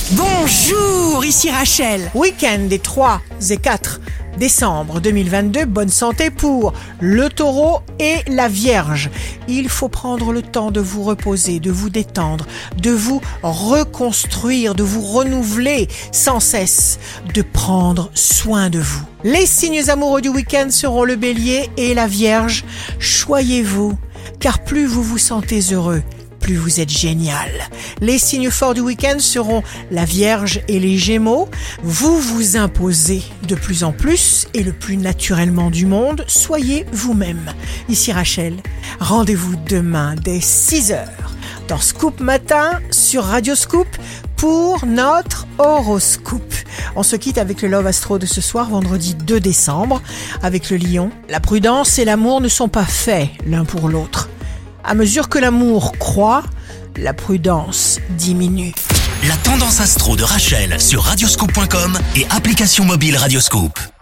Bonjour, ici Rachel. Week-end des 3 et 4 décembre 2022, bonne santé pour le taureau et la vierge. Il faut prendre le temps de vous reposer, de vous détendre, de vous reconstruire, de vous renouveler sans cesse, de prendre soin de vous. Les signes amoureux du week-end seront le bélier et la vierge. Choyez-vous, car plus vous vous sentez heureux, plus vous êtes génial. Les signes forts du week-end seront la Vierge et les Gémeaux. Vous vous imposez de plus en plus et le plus naturellement du monde. Soyez vous-même. Ici Rachel, rendez-vous demain dès 6h dans Scoop Matin sur Radio Scoop pour notre horoscope. On se quitte avec le Love Astro de ce soir, vendredi 2 décembre, avec le Lion. La prudence et l'amour ne sont pas faits l'un pour l'autre. À mesure que l'amour croît, la prudence diminue. La tendance astro de Rachel sur radioscoop.com et application mobile Radioscoop.